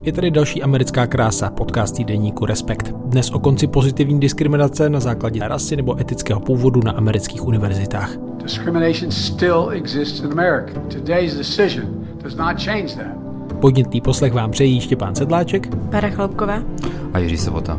Je tady další americká krása, podcast týdeníku Respekt. Dnes o konci pozitivní diskriminace na základě rasy nebo etického původu na amerických univerzitách. Discrimination still exists in America. Today's decision does not change that. Podnětný poslech vám přejí Štěpán Sedláček, Bára Chloupková a Jiří Sobota.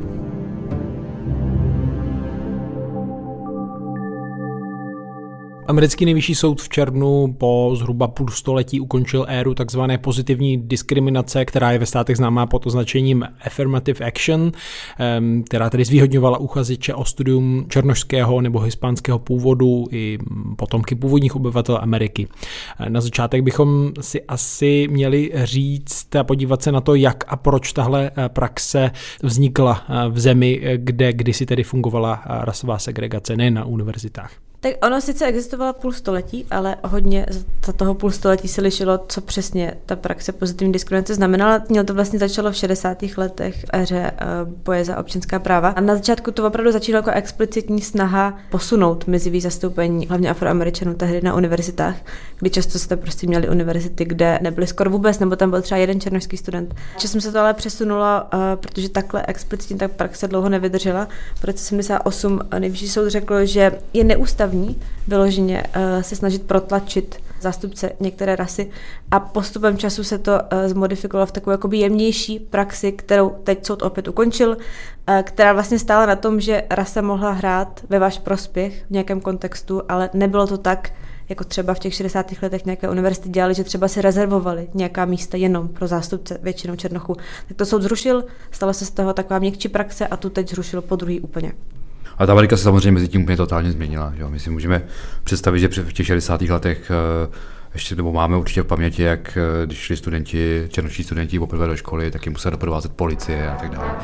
Americký nejvyšší soud v červnu po zhruba půl století ukončil éru takzvané pozitivní diskriminace, která je ve státech známá pod označením affirmative action, která tedy zvýhodňovala uchazeče o studium černošského nebo hispánského původu i potomky původních obyvatel Ameriky. Na začátek bychom si asi měli říct a podívat se na to, jak a proč tahle praxe vznikla v zemi, kde kdysi tedy fungovala rasová segregace, ne na univerzitách. Tak ono sice existovalo půl století, ale hodně za toho půl století se lišilo, co přesně ta praxe pozitivní diskriminace znamenala. Mělo to vlastně začalo v 60. letech éře boje za občanská práva. A na začátku to opravdu začalo jako explicitní snaha posunout mizivý zastoupení, hlavně Afroameričanů tehdy na univerzitách, kdy často jste prostě měli univerzity, kde nebyly skoro vůbec, nebo tam byl třeba jeden černošský student. Časem se to ale přesunulo, protože takhle explicitně ta praxe dlouho nevydržela. V roce 78 nejvyšší soud řekl, že je neústavní vyloženě se snažit protlačit zástupce některé rasy a postupem času se to zmodifikovalo v takovou jakoby jemnější praxi, kterou teď soud opět ukončil, která vlastně stála na tom, že rasa mohla hrát ve váš prospěch v nějakém kontextu, ale nebylo to tak, jako třeba v těch 60. letech nějaké univerzity dělali, že třeba si rezervovali nějaká místa jenom pro zástupce, většinou černochů. Tak to soud zrušil, stalo se z toho taková měkčí praxe a tu teď zrušil po druhý úplně. A ta Amerika se samozřejmě mezi tím úplně totálně změnila. Že? My si můžeme představit, že v těch 60. letech ještě nebo máme určitě v paměti, jak když šli černoší studenti poprvé do školy, tak jim musela doprovázet policie a tak dále.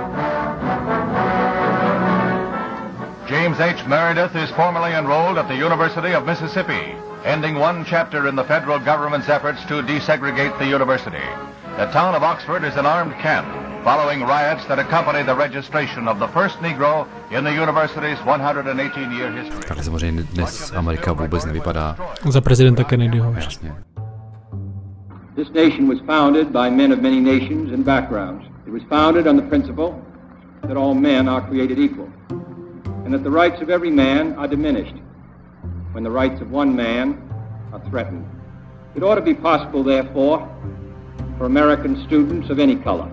James H. Meredith is formally enrolled at the University of Mississippi, ending one chapter in the federal government's efforts to desegregate the university. The town of Oxford is an armed camp, following riots that accompany the registration of the first Negro in the university's 118-year history. Takhle samozřejmě dnes Amerika vůbec nevypadá. Za prezidenta Kennedyho. Jasně. This nation was founded by men of many nations and backgrounds. It was founded on the principle that all men are created equal, and that the rights of every man are diminished when the rights of one man are threatened. It ought to be possible, therefore, for American students of any color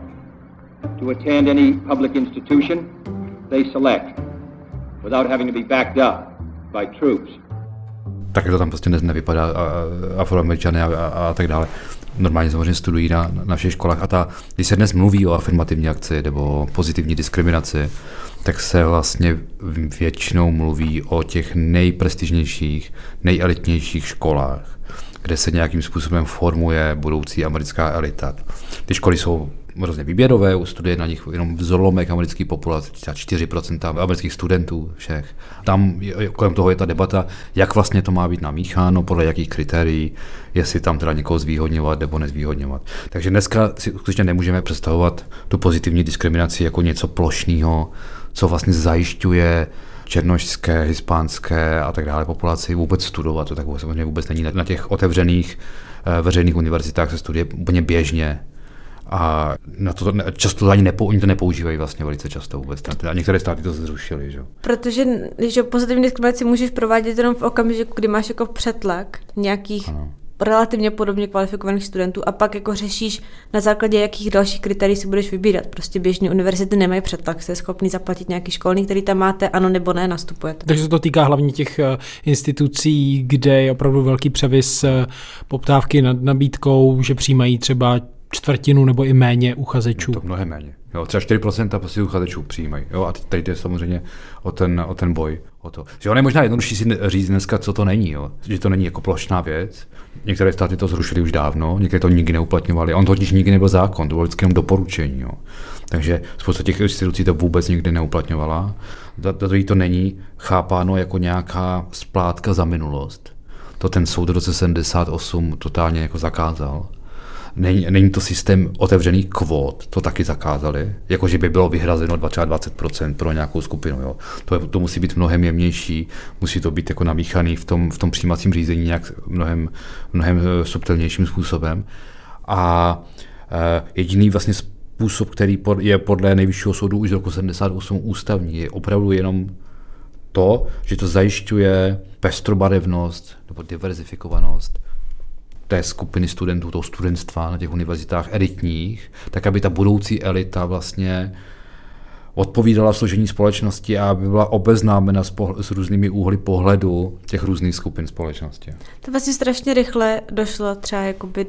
to attend any public institution they select without having to be backed up by troops. Tak to tam prostě nevypadá, Afroameričané a tak dále. Normálně samozřejmě studují na všech školách když se dnes mluví o afirmativní akci nebo pozitivní diskriminaci, tak se vlastně většinou mluví o těch nejprestižnějších, nejelitnějších školách, kde se nějakým způsobem formuje budoucí americká elita. Ty školy jsou hrozně výběrové, studuje na nich jenom zlomek americké populace, 4% amerických studentů všech. Tam kolem toho je ta debata, jak vlastně to má být namícháno, podle jakých kritérií, jestli tam teda někoho zvýhodňovat nebo nezvýhodňovat. Takže dneska si skutečně nemůžeme představovat tu pozitivní diskriminaci jako něco plošného, co vlastně zajišťuje černošské, hispánské a tak dále populaci vůbec studovat. To tak samozřejmě vůbec není. Na těch otevřených veřejných univerzitách se studuje úplně běžně. A na to často ani oni to nepoužívají vlastně velice často vůbec. A některé státy to zrušily. Že? Protože že pozitivní diskriminaci můžeš provádět jenom v okamžiku, kdy máš jako přetlak nějakých relativně podobně kvalifikovaných studentů a pak jako řešíš na základě jakých dalších kritérií si budeš vybírat. Prostě běžně univerzity nemají přetlak, jste schopný zaplatit nějaký školní, který tam máte, ano nebo ne, nastupujete. Takže se to týká hlavně těch institucí, kde je opravdu velký převis poptávky nad nabídkou, že přijímají třeba čtvrtinu nebo i méně uchazečů. To mnohem méně. Jo, třeba 4% prostě uchazečů přijímají. Jo, a teď jde samozřejmě o ten boj. O to. Že ono je možná jednodušší si říct dneska, co to není. Jo. Že to není jako plošná věc. Některé státy to zrušily už dávno, některé to nikdy neuplatňovali. On totiž nikdy nebyl zákon, to bylo vždycky jenom doporučení. Jo. Takže spousta těch institucí to vůbec nikdy neuplatňovala. To není chápáno jako nějaká splátka za minulost. To ten soud v roce 78 totálně jako zakázal. Není to systém otevřených kvót, to taky zakázali, jakože by bylo vyhrazeno třeba 20% pro nějakou skupinu. Jo. To musí být mnohem jemnější, musí to být jako namíchaný v tom přijímacím řízení nějak mnohem subtilnějším způsobem. A Jediný vlastně způsob, který je podle Nejvyššího soudu už z roku 78 ústavní, je opravdu jenom to, že to zajišťuje pestrobarevnost nebo diverzifikovanost té skupiny studentů, toho studentstva na těch univerzitách elitních, tak aby ta budoucí elita vlastně odpovídala složení společnosti a aby byla obeznámena s různými úhly pohledu těch různých skupin společnosti. To vlastně strašně rychle došlo třeba jakoby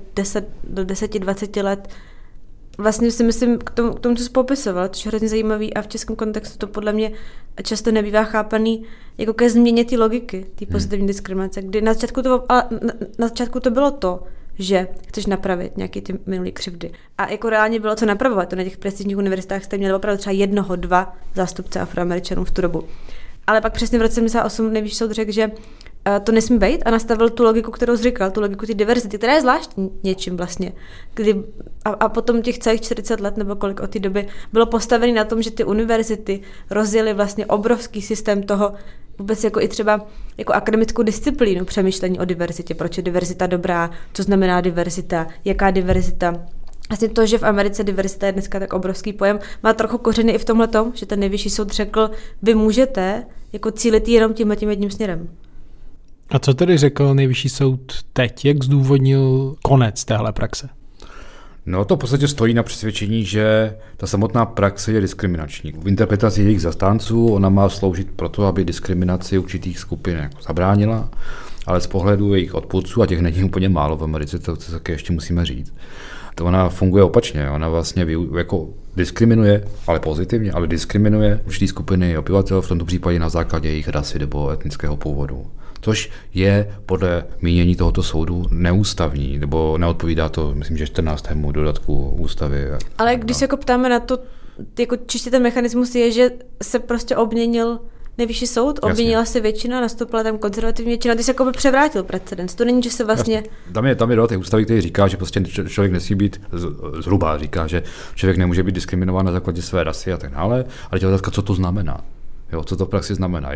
10-20 let. Vlastně si myslím k tomu, co jsi popisoval, což je hrozně zajímavý a v českém kontextu to podle mě často nebývá chápaný jako ke změně té logiky, té pozitivní diskriminace, kdy na začátku to bylo to, že chceš napravit nějaké ty minulý křivdy. A jako reálně bylo co napravovat. To na těch prestižních univerzitách jste měli opravdu třeba 1-2 zástupce Afroameričanů v tu dobu. Ale pak přesně v roce 78 Nejvyšší soud řekl, že to nesmí být a nastavil tu logiku, kterou jsi říkal, tu logiku té diverzity, která je zvláštní něčím vlastně. A potom těch celých 40 let nebo kolik od té doby bylo postavený na tom, že ty univerzity rozjeli vlastně obrovský systém toho, vůbec jako i třeba jako akademickou disciplínu přemýšlení o diverzitě, proč je diverzita dobrá, co znamená diverzita, jaká diverzita. Vlastně to, že v Americe diverzita je dneska tak obrovský pojem, má trochu kořeny i v tomhletom, že ten Nejvyšší soud řekl, vy můžete jako cílit jenom tímhletím jedním směrem. A co tedy řekl Nejvyšší soud teď? Jak zdůvodnil konec téhle praxe? No to v podstatě stojí na přesvědčení, že ta samotná praxe je diskriminační. V interpretaci jejich zastánců ona má sloužit proto, aby diskriminaci určitých skupin jako zabránila, ale z pohledu jejich odpůrců, a těch není úplně málo v Americe, to také ještě musíme říct, to ona funguje opačně. Ona vlastně jako diskriminuje, ale pozitivně, ale diskriminuje určitý skupiny obyvatel, v tomto případě na základě jejich rasy nebo etnického původu. Což je podle mínění tohoto soudu neústavní, nebo neodpovídá to, myslím, že 14. dodatku ústavy. Ale když se jako ptáme na to, jako čistě ten mechanismus je, že se prostě obměnil Nejvyšší soud, obvinila se většina, nastoupila tam konzervativní většina, ty se jako by převrátil precedens. To není, že se vlastně... Tam je dodatek ústavy, který říká, že prostě člověk nesmí být, zhruba říká, že člověk nemůže být diskriminován na základě své rasy a tak dále, ale otázka, co to znamená. Jo, co to v praxi znamená,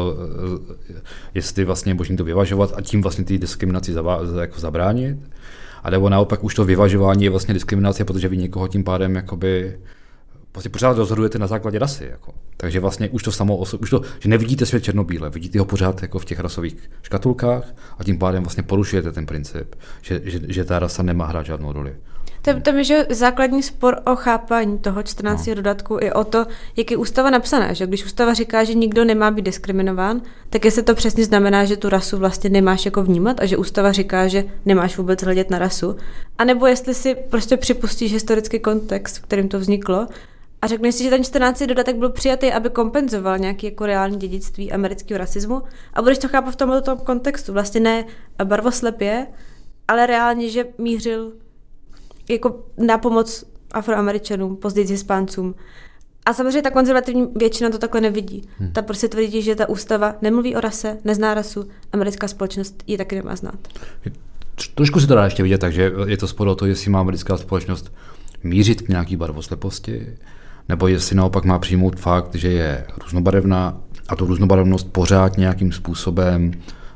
jestli vlastně je možné to vyvažovat a tím vlastně ty diskriminaci jako zabránit, a nebo naopak už to vyvažování je vlastně diskriminace, protože vy někoho tím pádem jakoby vlastně pořád rozhodujete na základě rasy. Jako. Takže vlastně už to samo, že nevidíte svět černobíle, vidíte ho pořád jako v těch rasových škatulkách a tím pádem vlastně porušujete ten princip, že ta rasa nemá hrát žádnou roli. Tam je, že základní spor o chápání toho 14. dodatku i o to, jak je ústava napsaná. Že když ústava říká, že nikdo nemá být diskriminován, tak jestli to přesně znamená, že tu rasu vlastně nemáš jako vnímat a že ústava říká, že nemáš vůbec hledět na rasu. A nebo jestli si prostě připustíš historický kontext, v kterém to vzniklo, a řekneš si, že ten 14. dodatek byl přijatý, aby kompenzoval nějaké jako reální dědictví amerického rasismu a budeš to chápat v tomto kontextu. Vlastně ne barvoslepě, ale reálně, že mířil jako na pomoc Afroameričanům, později Hispáncům. A samozřejmě ta konzervativní většina to takhle nevidí. Ta prostě tvrdí, že ta ústava nemluví o rase, nezná rasu, americká společnost ji taky nemá znát. Trošku se to dá ještě vidět, takže je to spor o to, jestli má americká společnost mířit k nějaký barvosleposti, nebo jestli naopak má přijmout fakt, že je různobarevná a tu různobarevnost pořád nějakým způsobem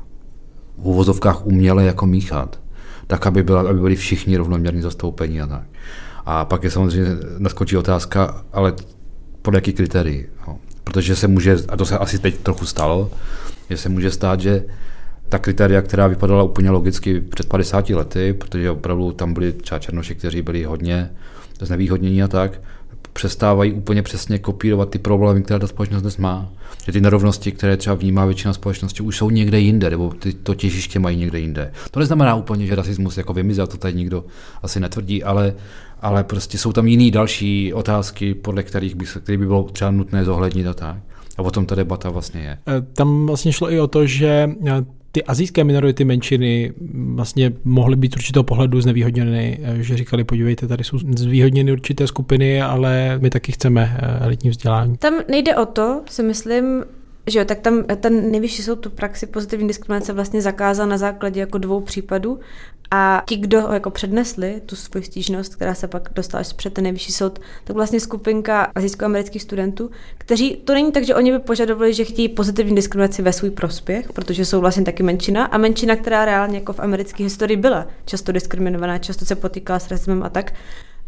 v uvozovkách uměle jako míchat, tak aby byli všichni rovnoměrně zastoupení a tak. A pak je samozřejmě naskočí otázka, ale podle jakých kritérií. No. Protože se může, a to se asi teď trochu stalo, že se může stát, že ta kritéria, která vypadala úplně logicky před 50 lety, protože opravdu tam byli třeba černoši, kteří byli hodně znevýhodnění a tak, přestávají úplně přesně kopírovat ty problémy, které ta společnost dnes má. Že ty nerovnosti, které třeba vnímá většina společnosti, už jsou někde jinde, nebo to těžiště mají někde jinde. To neznamená úplně, že rasismus jako vymizel, to tady nikdo asi netvrdí, ale prostě jsou tam jiný další otázky, podle kterých by bylo třeba nutné zohlednit a tak. A o tom ta debata vlastně je. Tam vlastně šlo i o to, že ty asijské minority menšiny vlastně mohly být z určitého pohledu znevýhodněny, že říkali, podívejte, tady jsou zvýhodněny určité skupiny, ale my taky chceme elitní vzdělání. Tam nejde o to, si myslím, že jo, tak tam ten Nejvyšší soud tu praxi pozitivní diskriminace vlastně zakázal na základě jako 2 případů a ti, kdo jako přednesli tu svou stížnost, která se pak dostala až před ten Nejvyšší soud, tak vlastně skupinka asijskoamerických studentů, kteří, to není tak, že oni by požadovali, že chtějí pozitivní diskriminaci ve svůj prospěch, protože jsou vlastně taky menšina a menšina, která reálně jako v americké historii byla často diskriminovaná, často se potýkala s rasismem a tak,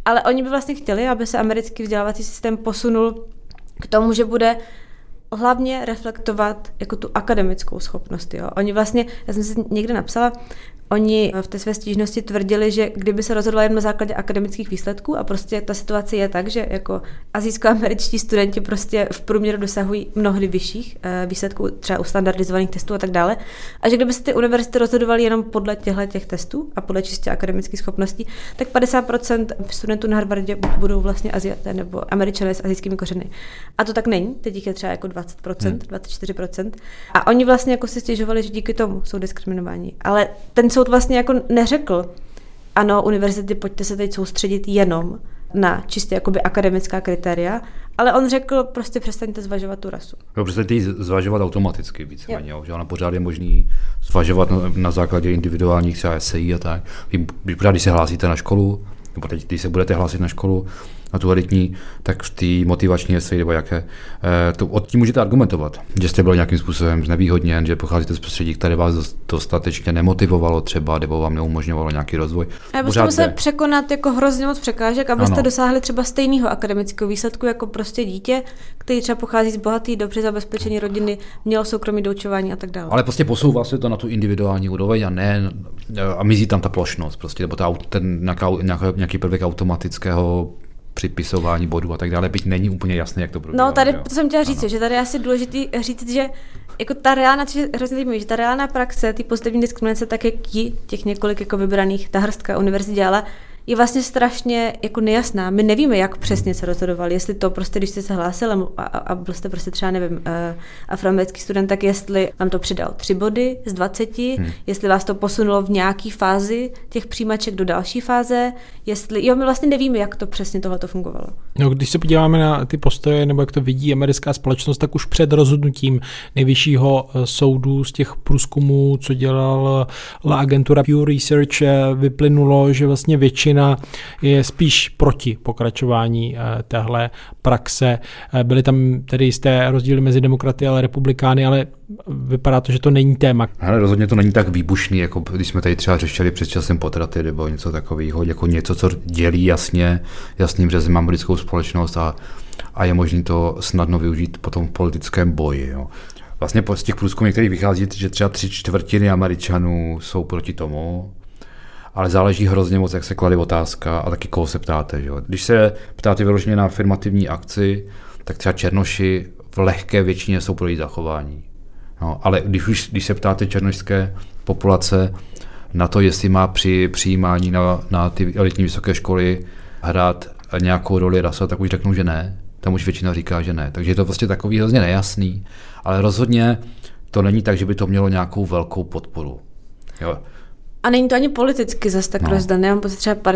Ale oni by vlastně chtěli, aby se americký vzdělávací systém posunul k tomu, že bude hlavně reflektovat jako tu akademickou schopnost. Jo. Oni vlastně, já jsem si někde napsala, oni v té své stížnosti tvrdili, že kdyby se rozhodovali jen na základě akademických výsledků a prostě ta situace je tak, že jako asijskoameričtí studenti prostě v průměru dosahují mnohdy vyšších výsledků, třeba u standardizovaných testů a tak dále. A že kdyby se ty univerzity rozhodovaly jenom podle těch testů a podle čistě akademických schopností, tak 50% studentů na Harvardě budou vlastně Aziaté nebo Američané s asijskými kořeny. A to tak není, teď jich je třeba jako 20%, 24%. A oni vlastně jako si stěžovali, že díky tomu jsou diskriminováni. Ale ten soud vlastně jako neřekl, ano, univerzity, pojďte se teď soustředit jenom na čistě jakoby akademická kritéria, ale on řekl, prostě přestaňte zvažovat tu rasu. No, přestaňte ji zvažovat automaticky víceméně, že ona pořád je možný zvažovat na základě individuálních třeba esejí a tak. Když se hlásíte na školu, nebo teď, když se budete hlásit na školu, na tu elitní, tak v té motivační eseji nebo jaké, to od tím můžete argumentovat, že jste byl nějakým způsobem znevýhodněn, že pocházíte z prostředí, které vás dostatečně nemotivovalo třeba, nebo vám neumožňovalo nějaký rozvoj. A byste museli překonat jako hrozně moc překážek, abyste dosáhli třeba stejného akademického výsledku jako prostě dítě, který třeba pochází z bohatý, dobře zabezpečené rodiny, mělo soukromí doučování a tak dále. Ale prostě posouvá se to na tu individuální úroveň a mizí tam ta plošnost, prostě, nebo nějaký prvek automatického připisování bodů a tak dále, byť není úplně jasné, jak to probíhá. No, tady to jsem chtěla říct, že tady je asi důležitý říct, že jako ta reálná, hrozně zajímavé, že ta reálná praxe, ty pozitivní diskriminace, tak jak těch několik jako vybraných, ta hrstka univerzit dělala, je vlastně strašně jako nejasná. My nevíme, jak přesně se rozhodovali, jestli to prostě, když jste se hlásil a byl jste prostě třeba, nevím, afroamerický student, tak jestli vám to přidal 3 body z 20, jestli vás to posunulo v nějaký fázi těch přijímaček do další fáze, my vlastně nevíme, jak to přesně tohleto fungovalo. No, když se podíváme na ty postoje, nebo jak to vidí americká společnost, tak už před rozhodnutím nejvyššího soudu z těch průzkumů, co dělala agentura Pew Research, vyplynulo, že vlastně většina je spíš proti pokračování téhle praxe. Byly tam tedy jisté rozdíly mezi demokraty a republikány, ale vypadá to, že to není téma. Ale rozhodně to není tak výbušný, jako když jsme tady třeba řešili před časem potraty nebo něco takového, jako něco, co dělí jasným řezem americkou společnost a je možné to snadno využít potom v politickém boji. Jo. Vlastně z těch průzkumů některých vychází, že třeba 3/4 Američanů jsou proti tomu, ale záleží hrozně moc, jak se klade otázka a taky koho se ptáte. Že? Když se ptáte vyloženě na afirmativní akci, tak třeba černoši v lehké většině jsou pro její zachování. No, ale když se ptáte černošské populace na to, jestli má při přijímání na ty elitní vysoké školy hrát nějakou roli rasa, tak už řeknou, že ne. Tam už většina říká, že ne. Takže je to vlastně takový hrozně nejasný, ale rozhodně to není tak, že by to mělo nějakou velkou podporu. Jo. A není to ani politicky zase tak rozdané. Mám pocit, třeba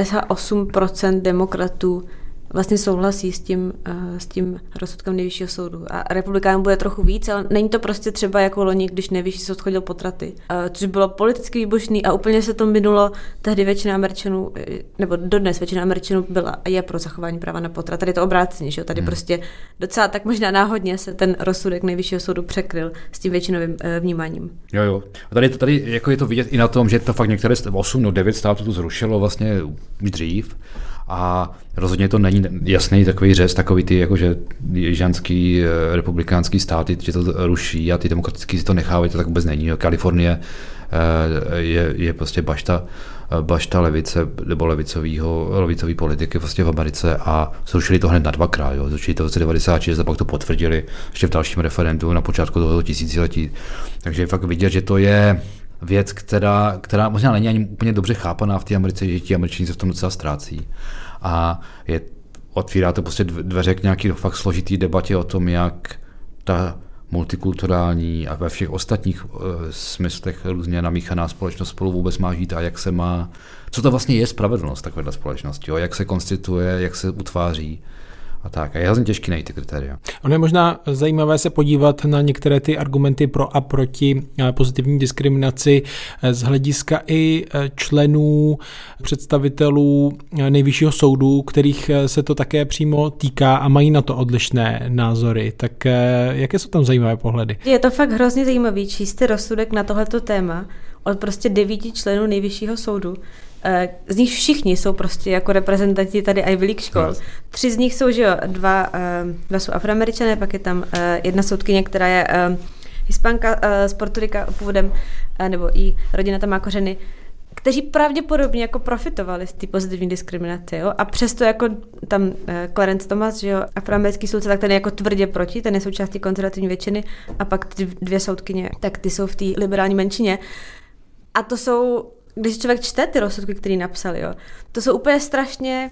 58% demokratů vlastně souhlasí s tím rozsudkem nejvyššího soudu. A republikánům bude trochu víc, ale není to prostě třeba jako loni, když nejvyšší soud chodil potraty. Což bylo politicky výbušný a úplně se to minulo. Tehdy většina Američanů, nebo dodnes většina Američanů byla a je pro zachování práva na potrat. Tady je to obráceně, že jo? Tady prostě docela tak možná náhodně se ten rozsudek nejvyššího soudu překryl s tím většinovým vnímáním. Jo. A tady jako je to vidět i na tom, že to fakt některé 9 států to zrušilo vlastně dřív. A rozhodně to není jasný takový řez, takový ty jakože jižanský republikánský státy, že to ruší a ty demokratický si to nechávají, to tak vůbec není. Kalifornie je prostě bašta levice nebo levicový politiky vlastně v Americe a zrušili to hned na 2krát. Jo. Zrušili to v roce 1996 a pak to potvrdili ještě v dalším referendu na počátku tohoto tisíciletí. Takže je fakt vidět, že to je věc, která možná není ani úplně dobře chápaná v té Americe, že ti Američané se v tom docela ztrácí. A otvírá to prostě dveře k nějaký fakt složitý debatě o tom, jak ta multikulturální a ve všech ostatních smyslech různě namíchaná společnost spolu vůbec má žít a jak se má, co to vlastně je spravedlnost takovéhle společnosti, jo? Jak se konstituje, jak se utváří. A tak. A je hrozně těžký najít ty kritéria. Ono je možná zajímavé se podívat na některé ty argumenty pro a proti pozitivní diskriminaci z hlediska i členů, představitelů nejvyššího soudu, kterých se to také přímo týká a mají na to odlišné názory. Tak jaké jsou tam zajímavé pohledy? Je to fakt hrozně zajímavý číst rozsudek na tohleto téma od prostě 9 členů nejvyššího soudu, z nich všichni jsou prostě jako reprezentanti tady Ivy League škol. 3 z nich jsou, že jo, dva jsou Afroameričané, pak je tam jedna soudkyně, která je Hispánka z Portorika původem, nebo i rodina tam má kořeny, kteří pravděpodobně jako profitovali z té pozitivní diskriminace, jo? A přesto jako tam Clarence Thomas, že jo, afroamerický soudce, tak ten je jako tvrdě proti, ten je součástí konzervativní většiny, a pak ty 2 soudkyně, tak ty jsou v té liberální menšině. A to jsou, když člověk čte ty rozsudky, který napsali, jo, to jsou úplně strašně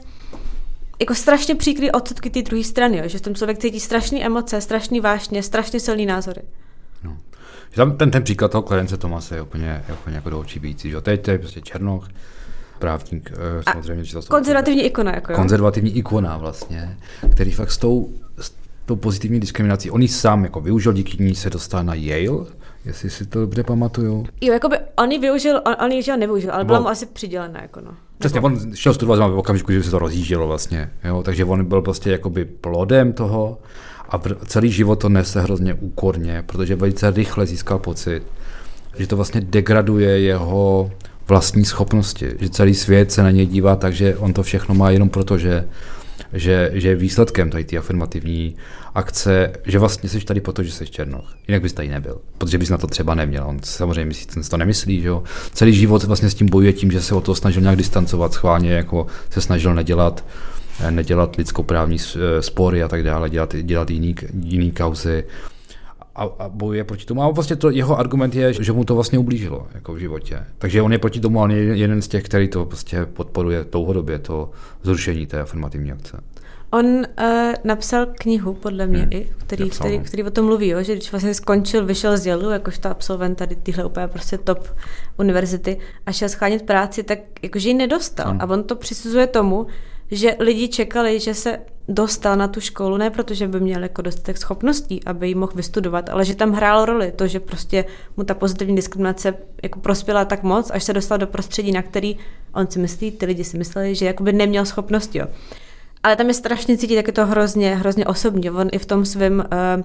příkrý odsudky té druhé strany, jo, že v tom člověk cítí strašné emoce, strašný vášně, strašně silný názory. No. Ten příklad toho Clarence Thomase je úplně jako do očí bijící, že? Teď to je prostě černoch, právník, samozřejmě. Konzervativní ikona. Jako konzervativní ikona vlastně, který fakt s tou pozitivní diskriminací, on ji sám jako využil, díky ní se dostal na Yale, jestli si to dobře pamatuju. Jo, jakoby on ji využil, on ji nevyužil, ale byla mu asi přidělena, jako no. Přesně, on šel studovat v okamžiku, že se to rozjíždělo vlastně, jo, takže on byl prostě jakoby plodem toho a celý život to nese hrozně úkorně, protože velice rychle získal pocit, že to vlastně degraduje jeho vlastní schopnosti, že celý svět se na něj dívá tak, že on to všechno má jenom proto, že je výsledkem tady té afirmativní akce, že vlastně jsi tady proto, že jsi černoch. Jinak bys tady nebyl, protože bys na to třeba neměl. On samozřejmě si to nemyslí, že jo. Celý život vlastně s tím bojuje tím, že se o to snažil nějak distancovat schválně, jako se snažil nedělat lidskoprávní spory a tak dále, dělat jiný kauzy a bojuje proti tomu. A vlastně jeho argument je, že mu to vlastně ublížilo jako v životě. Takže on je proti tomu, ale jeden z těch, který to prostě podporuje dlouhodobě, to zrušení té afirmativní akce. On napsal knihu, podle mě, který o tom mluví, jo, že když vlastně skončil, vyšel z Yale, jakožto absolvent tady tyhle úplně prostě top univerzity a šel schánět práci, tak jakože ji nedostal. A on to přisuzuje tomu, že lidi čekali, že se dostal na tu školu, ne protože by měl jako dostatek schopností, aby ji mohl vystudovat, ale že tam hrálo roli to, že prostě mu ta pozitivní diskriminace jako prospěla tak moc, až se dostal do prostředí, na který on si myslí, ty lidi si mysleli, že jakoby neměl schopnosti. Jo. Ale tam je strašně cítit, jak je to hrozně osobně. On i v tom svém,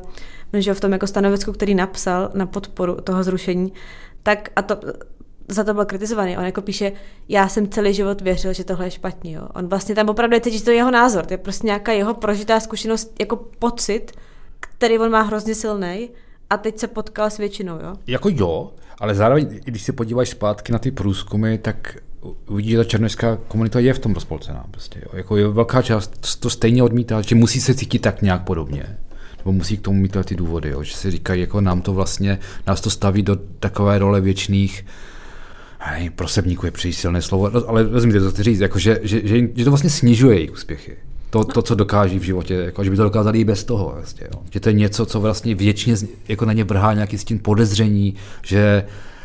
v tom jako stanovisku, který napsal na podporu toho zrušení, tak a to za to byl kritizovaný. On jako píše, já jsem celý život věřil, že tohle je špatně. Jo. On vlastně tam opravdu cítí, že to je jeho názor. To je prostě nějaká jeho prožitá zkušenost, jako pocit, který on má hrozně silný a teď se potkal s většinou. Jo. Jako jo, ale zároveň, když se podíváš zpátky na ty průzkumy, tak uvidíš, že ta černošská komunita je v tom rozpolcená. Prostě, jo. Jako je velká část to stejně odmítá, že musí se cítit tak nějak podobně. Nebo musí k tomu mít ty důvody, jo. Že si říkají, jako nás to staví do takové role věčných prosebníků je příliš silné slovo, ale rozumíte, to chci říct, jako, že to vlastně snižuje jejich úspěchy. To, co dokáží v životě, jako, že by to dokázali i bez toho. Vlastně, jo. Že to je něco, co vlastně věčně jako na ně vrhá nějaký stín podezření, že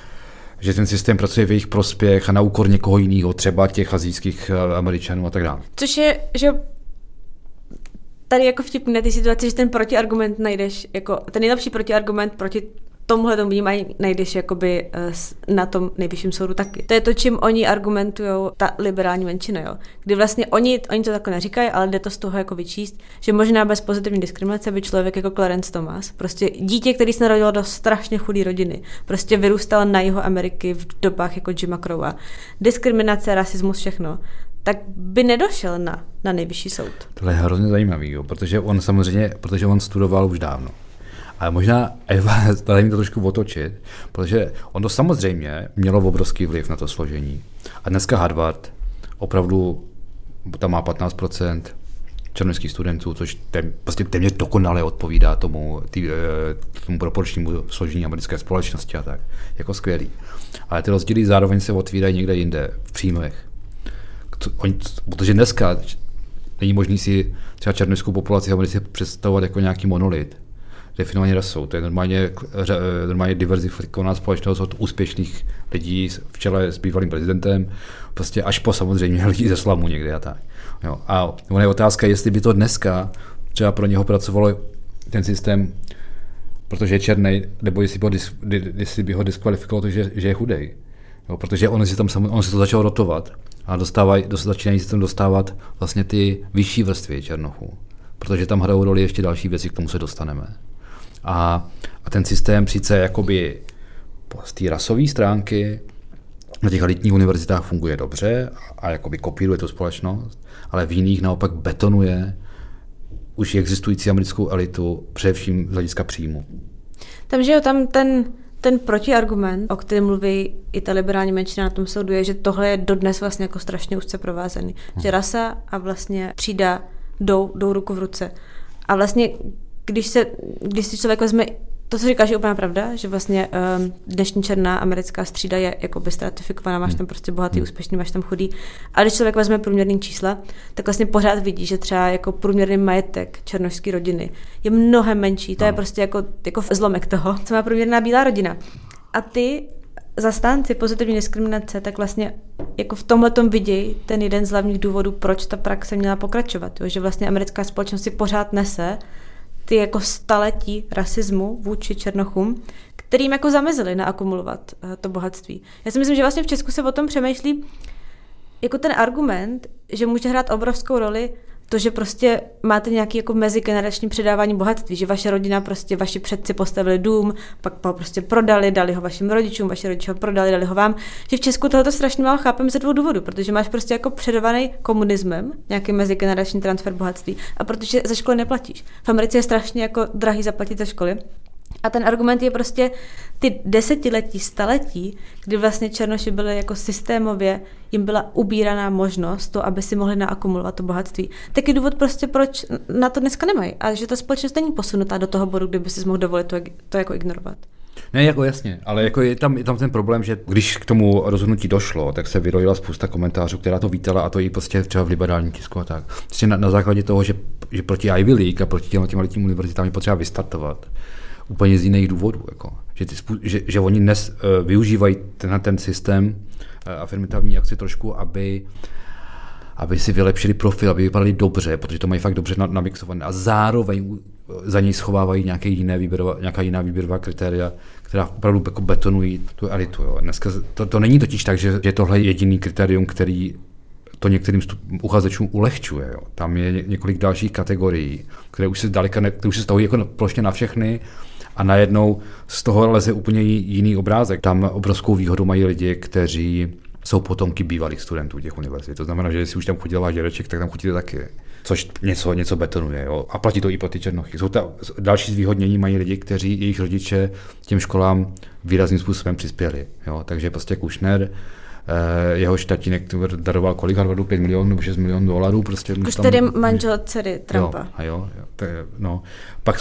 ten systém pracuje v jejich prospěch a na úkor někoho jiného, třeba těch asijských Američanů a tak dále. Což je, že tady jako vtipný na té situaci, že ten protiargument najdeš, jako ten nejlepší protiargument proti tomuhle tomu vnímají najdeš jakoby na tom nejvyšším soudu taky. To je to, čím oni argumentujou, ta liberální menšina, jo. Kdy vlastně oni to takhle neříkají, ale jde to z toho jako vyčíst, že možná bez pozitivní diskriminace by člověk jako Clarence Thomas, prostě dítě, který se narodilo do strašně chudé rodiny, prostě vyrůstal na jihu Ameriky v dobách jako Jima Crowa. Diskriminace, rasismus, všechno, tak by nedošel na nejvyšší soud. Tohle je hrozně zajímavý, jo, protože on studoval už dávno. Ale možná tady mi to trošku otočit, protože ono samozřejmě mělo obrovský vliv na to složení. A dneska Harvard opravdu tam má 15% černošských studentů, což prostě téměř dokonale odpovídá tomu proporčnímu složení americké společnosti a tak. Jako skvělý. Ale ty rozdíly zároveň se otvírají někde jinde, v příjmech. Protože dneska není možný si třeba černošskou populaci si představovat jako nějaký monolit. Definovaně rasou. To je normálně diverzifikovaná společnost od úspěšných lidí v čele s bývalým prezidentem, prostě až po samozřejmě lidí ze slamu někde a tak. Jo. A ona je otázka, jestli by to dneska třeba pro něho pracovalo ten systém, protože je černej, nebo jestli by ho diskvalifikovalo to, že je chudej. Jo, protože on si to začal rotovat a začínají se tam dostávat vlastně ty vyšší vrstvy černochů. Protože tam hrajou roli ještě další věci, k tomu se dostaneme. A ten systém sice jakoby z té rasové stránky na těch elitních univerzitách funguje dobře a jakoby kopíruje tu společnost, ale v jiných naopak betonuje už existující americkou elitu, především z hlediska příjmu. Tam ten protiargument, o kterém mluví i ta liberální menšina na tom soudu, je, že tohle je dodnes vlastně jako strašně úzce provázaný. Že rasa a vlastně třída jdou ruku v ruce. A vlastně, když si člověk vezme, to, co říkáš, je úplně pravda, že vlastně dnešní černá americká střída je jakoby stratifikovaná, máš tam prostě bohatý, úspěšný, máš tam chudý. A když člověk vezme průměrný čísla, tak vlastně pořád vidí, že třeba jako průměrný majetek černošské rodiny je mnohem menší. To je prostě jako zlomek toho, co má průměrná bílá rodina. A ty zastánci pozitivní diskriminace, tak vlastně jako v tomhletom vidějí ten jeden z hlavních důvodů, proč ta praxe měla pokračovat. Jo? Že vlastně americká společnost si pořád nese ty jako staletí rasismu vůči černochům, kterým jako zamezili naakumulovat to bohatství. Já si myslím, že vlastně v Česku se o tom přemýšlí jako ten argument, že může hrát obrovskou roli to, že prostě máte nějaký jako mezigenerační předávání bohatství, že vaše rodina prostě, vaši předci postavili dům, pak ho prostě prodali, dali ho vašim rodičům, vaši rodiče ho prodali, dali ho vám. Že v Česku tohoto strašně málo chápeme ze 2 důvodů, protože máš prostě jako předávaný komunismem nějaký mezigenerační transfer bohatství a protože za školy neplatíš. V Americe je strašně jako drahý zaplatit za školy. A ten argument je prostě ty desetiletí, staletí, kdy vlastně černoši byli jako systémově, jim byla ubíraná možnost to, aby si mohli naakumulovat to bohatství. Taky důvod prostě, proč na to dneska nemají. A že ta společnost není posunutá do toho bodu, kdyby si mohl dovolit to jako ignorovat. Ne, jako jasně, ale jako je tam ten problém, že když k tomu rozhodnutí došlo, tak se vyrojila spousta komentářů, která to vítala a to i prostě třeba v liberálním tisku a tak. Prostě na základě toho, že proti Ivy League a proti těm elitním univerzitám je potřeba vystartovat. Úplně z jiných důvodů. Jako. Že oni dnes využívají ten systém afirmativní akci trošku, aby si vylepšili profil, aby vypadali dobře, protože to mají fakt dobře namixované a zároveň za něj schovávají nějaká jiná výběrová kritéria, která opravdu jako betonují tu elitu. Jo. Dneska to není totiž tak, že tohle je jediný kritérium, který to některým uchazečům ulehčuje. Jo. Tam je několik dalších kategorií, které už se stahují jako plošně na všechny a najednou z toho leze úplně jiný obrázek. Tam obrovskou výhodu mají lidi, kteří jsou potomky bývalých studentů těch univerzit. To znamená, že jestli už tam chodil váš dědeček, tak tam chodíte taky. Což něco betonuje. Jo. A platí to i pro ty černochy. Další zvýhodnění mají lidi, kteří jejich rodiče těm školám výrazným způsobem přispěli. Jo. Takže prostě Kushner, jeho tatínek daroval kolik Harvardu? 5 milionů nebo 6 milionů dolarů. Prostě Kushner je manžel dcery Trumpa. Jo. No. Pak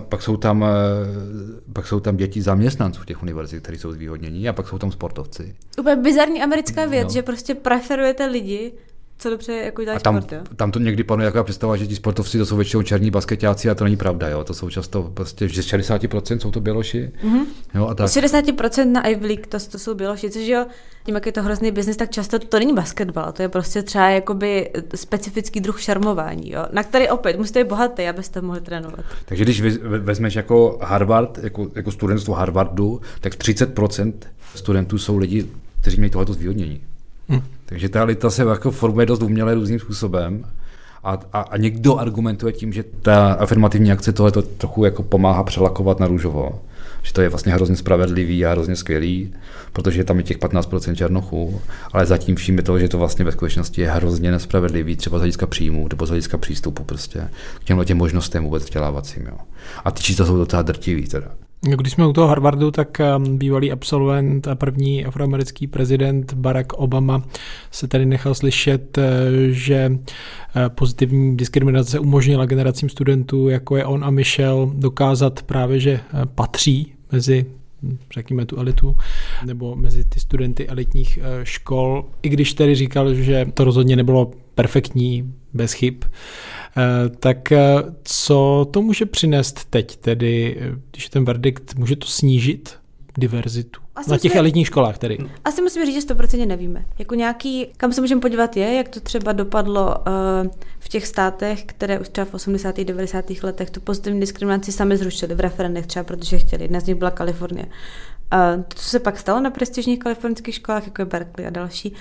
jsou tam děti zaměstnanců těch univerzit, kteří jsou zvýhodnění, a pak jsou tam sportovci. Úplně bizarní americká věc, že prostě preferujete lidi, co dobře jako dělají sport, jo? Tam to někdy panuje jako představa, že ti sportovci to jsou většinou černí basketáci a to není pravda, jo. To jsou často prostě, že 60% jsou to běloši. Mm-hmm. Jo, a tak. 60% na Ivy League to jsou běloši, což jo, tím, jak je to hrozný biznis, tak často to není basketbal, to je prostě třeba jakoby specifický druh šarmování, jo, na který opět musíte být bohatý, abyste mohli trénovat. Takže když vezmeš jako Harvard, jako studentstvo Harvardu, tak 30% studentů jsou lidi, kteří mají tohleto zvýhodnění. Takže ta elita se jako formuje dost uměle různým způsobem a někdo argumentuje tím, že ta afirmativní akce tohleto trochu jako pomáhá přelakovat na růžovo. Že to je vlastně hrozně spravedlivý a hrozně skvělý, protože tam je těch 15% černochů, ale zatím vším je to, že to vlastně ve skutečnosti je hrozně nespravedlivý, třeba z hlediska příjmu nebo z hlediska přístupu prostě k těmhle možnostem vůbec vzdělávacím. Jo. A ty čísla jsou docela drtivý teda. Když jsme u toho Harvardu, tak bývalý absolvent a první afroamerický prezident Barack Obama se tady nechal slyšet, že pozitivní diskriminace umožnila generacím studentů, jako je on a Michelle, dokázat právě, že patří mezi, řekněme, tu elitu, nebo mezi ty studenty elitních škol, i když tedy říkal, že to rozhodně nebylo perfektní, bez chyb. Tak co to může přinést teď, tedy, když je ten verdikt, může to snížit diverzitu? Na těch elitních školách tedy. Asi musíme říct, že 100% nevíme. Jako nějaký, kam se můžeme podívat je, jak to třeba dopadlo v těch státech, které už třeba v 80. 90. letech tu pozitivní diskriminaci sami zrušili v referendech třeba, protože chtěli. Jedna z nich byla Kalifornie. To, co se pak stalo na prestižních kalifornských školách, jako je Berkeley a další,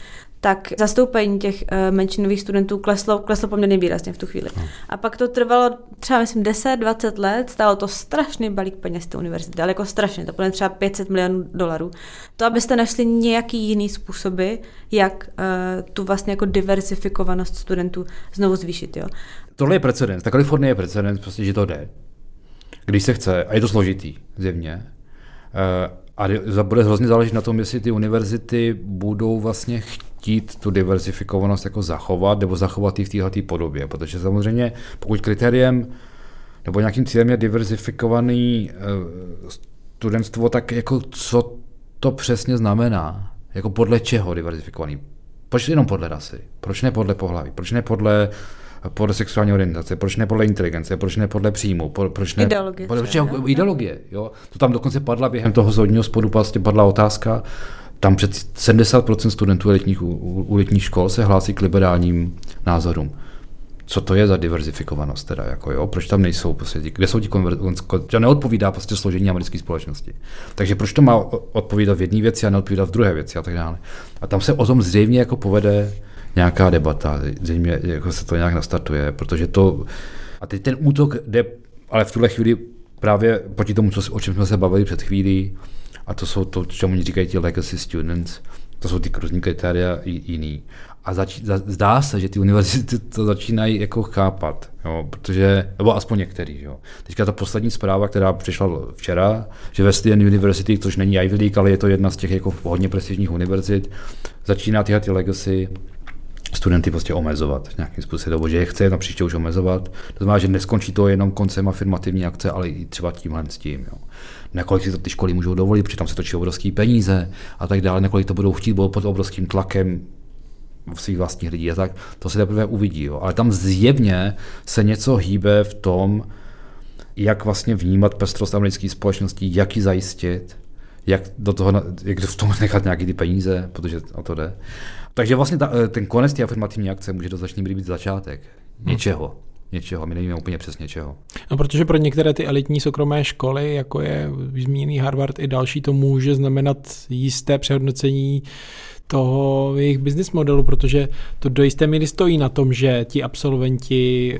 tak zastoupení těch menšinových studentů kleslo poměrně výrazně v tu chvíli. A pak to trvalo třeba, myslím, 10-20 let, stálo to strašný balík peněz té univerzity, ale jako strašně, to bylo třeba $500 milionů. To, abyste našli nějaký jiný způsoby, jak tu vlastně jako diversifikovanost studentů znovu zvýšit. Jo. Tohle je precedens. Ta Kalifornie je precedens, prostě, že to jde. Když se chce, a je to složitý, zjevně. A bude hrozně záležet na tom, jestli ty univerzity budou vlastně chtít tu diversifikovanost jako zachovat, nebo zachovat ji v této podobě. Protože samozřejmě, pokud kritériem nebo nějakým cílem je diversifikovaný studentstvo, tak jako co to přesně znamená? Jako podle čeho diversifikovaný? Proč jenom podle rasy? Proč ne podle pohlaví? Proč ne podle sexuální orientace, proč ne podle inteligence, proč ne podle příjmu, proč ne ideologie. Jo? To tam dokonce padla během toho soudního sporu, padla otázka, tam před 70% studentů u letních škol se hlásí k liberálním názorům. Co to je za diverzifikovanost teda, jako jo? Proč tam nejsou, prostě, kde jsou ti to neodpovídá prostě složení americké společnosti. Takže proč to má odpovídat v jedné věci a neodpovídat v druhé věci a tak dále. A tam se o tom zřejmě jako povede nějaká debata, zřejmě jako se to nějak nastartuje, protože to, a teď ten útok jde, ale v tuhle chvíli právě proti tomu, o čem jsme se bavili před chvílí, a to jsou to, čemu říkají ti legacy students, to jsou ty různý kritéria jiný. A zdá se, že ty univerzity to začínají jako chápat, jo, protože, nebo aspoň některý. Jo. Teďka ta poslední zpráva, která přišla včera, že Wesleyan University, což není Ivy League, ale je to jedna z těch jako hodně prestižních univerzit, začíná ty legacy studenty prostě omezovat nějakým způsobem, nebo že je chce na příště už omezovat. To znamená, že neskončí to jenom koncem afirmativní akce, ale i třeba tímhle s tím. Jo. Nakolik si to ty školy můžou dovolit, protože tam se točí obrovský peníze a tak dále, nakolik to budou chtít, budou pod obrovským tlakem svých vlastních lidí a tak, to se teprve uvidí. Jo. Ale tam zjevně se něco hýbe v tom, jak vlastně vnímat pestrost americké společnosti, jak ji zajistit, jak v tom nechat nějaký ty peníze, protože o to jde. Takže vlastně ten konec té afirmativní akce může do značné míry být začátek něčeho, my nevíme úplně přesně čeho. No, protože pro některé ty elitní soukromé školy, jako je zmíněný Harvard i další, to může znamenat jisté přehodnocení toho jejich business modelu, protože to do jisté míry stojí na tom, že ti absolventi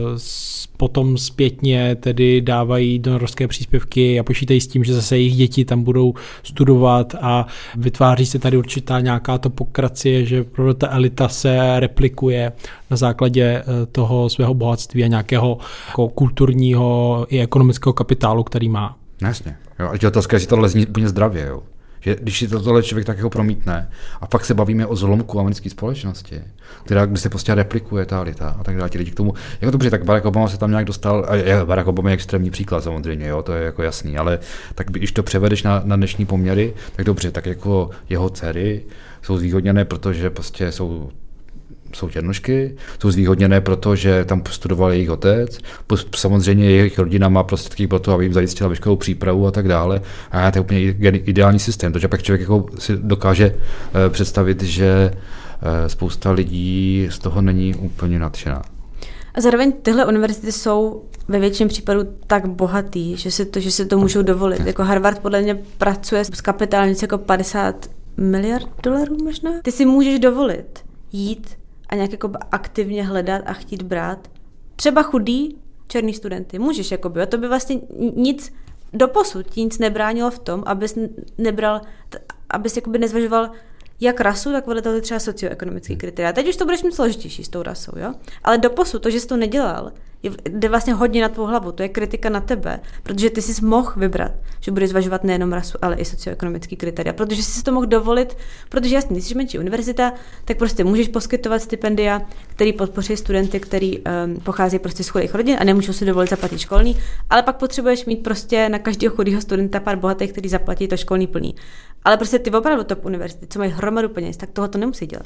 potom zpětně tedy dávají donorské příspěvky a počítají s tím, že zase jejich děti tam budou studovat a vytváří se tady určitá nějaká topokracie, že ta elita se replikuje na základě toho svého bohatství a nějakého jako kulturního i ekonomického kapitálu, který má. Jasně. Jo, a otázka je, jestli tohle zní úplně zdravě, jo. Že když si tohle člověk tak jako promítne a pak se bavíme o zlomku americké společnosti, kde se prostě replikuje ta elita a tak dále, ti lidi k tomu, jako dobře, tak Barack Obama se tam nějak dostal, a Barack Obama je extrémní příklad samozřejmě, jo, to je jako jasný, ale tak když to převedeš na dnešní poměry, tak dobře, tak jako jeho dcery jsou zvýhodněné, protože prostě jsou černošky, jsou zvýhodněné, protože tam studoval jejich otec, samozřejmě jejich rodina má prostředky pro to, aby jim zajistila veškerou přípravu a tak dále. A to je úplně ideální systém, protože pak člověk jako si dokáže představit, že spousta lidí z toho není úplně nadšená. A zároveň tyhle univerzity jsou ve většině případů tak bohatý, že si to můžou dovolit. Jako Harvard podle mě pracuje s kapitálem něco jako $50 miliard možná. Ty si můžeš dovolit jít a nějak jako aktivně hledat a chtít brát třeba chudý černý studenty. Můžeš jakoby, a to by vlastně nic doposud ti nic nebránilo v tom, abys nebral, abys jakoby nezvažoval jak rasu, tak vedle toho třeba socioekonomický kritéria. Teď už to budeš mít složitější s tou rasou, jo? Ale doposud to, že jsi to nedělal, jde vlastně hodně na tvou hlavu, to je kritika na tebe, protože ty jsi mohl vybrat, že budeš zvažovat nejenom rasu, ale i socioekonomický kritéria, protože jsi to mohl dovolit, protože jasně, když jsi menší univerzita, tak prostě můžeš poskytovat stipendia, který podpoří studenty, který pochází prostě z chudých rodin a nemůžou si dovolit zaplatit školní, ale pak potřebuješ mít prostě na každého chudého studenta pár bohatých, který zaplatí to školní plný. Ale prostě ty opravdu top univerzity, co mají hromadu peněz, tak toho to nemusí dělat.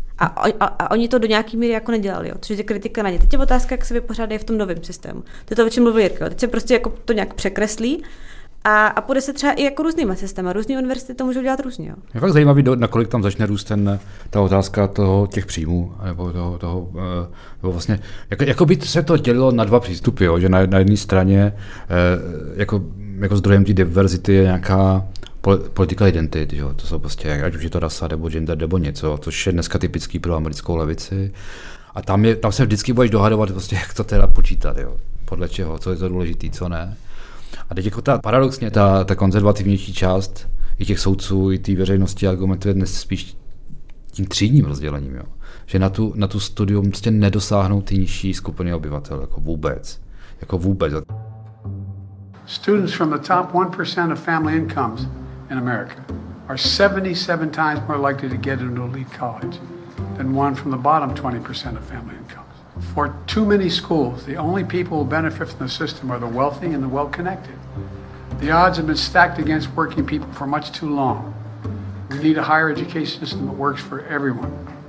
A oni to do nějaký míry jako nedělali, jo, což je kritika na ně. Teď je otázka, jak se vypořádají v tom novém systému. To je to, o čem mluvil Jirka. Teď se prostě jako to nějak překreslí a půjde se třeba i jako různýma systémy. Různý univerzity to můžou dělat různě. Jo. Je fakt zajímavý, nakolik tam začne růst ta otázka těch příjmů, nebo toho vlastně, jako by se to dělilo na dva přístupy, jo, že na jedné straně jako zdrojem té diverzity je nějaká political identity, jo? To jsou prostě, ať už je to rasa, nebo gender, nebo něco, což je dneska typický pro americkou levici. A tam se vždycky budeš dohadovat, prostě, jak to teda počítat, jo? Podle čeho, co je to důležitý, co ne. A teď jako paradoxně ta konzervativnější část i těch soudců, i té veřejnosti argumentuje dnes spíš tím třídním rozdělením, jo? Že na tu studium prostě nedosáhnou ty nižší skupiny obyvatel, jako vůbec. Students from the top 1% of family incomes in America are 77 times more likely to get into elite college than one from the bottom 20% of family incomes. For too many schools, the only people who benefit from the system are the wealthy and the well-connected. The odds have been stacked against working people for much too long. We need a higher education system that works for everyone.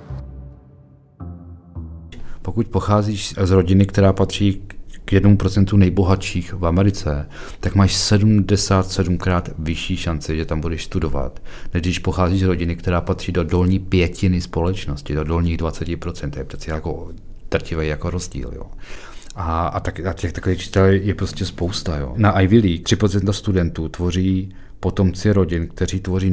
Pokud pocházíš z rodiny, která patří k 1% nejbohatších v Americe, tak máš 77krát vyšší šanci, že tam budeš studovat, než když pocházíš z rodiny, která patří do dolní pětiny společnosti, do dolních 20%. To je přeci jako drtivý jako rozdíl. Jo. A těch takových čísel je prostě spousta. Jo. Na Ivy League 3% studentů tvoří potomci rodin, kteří tvoří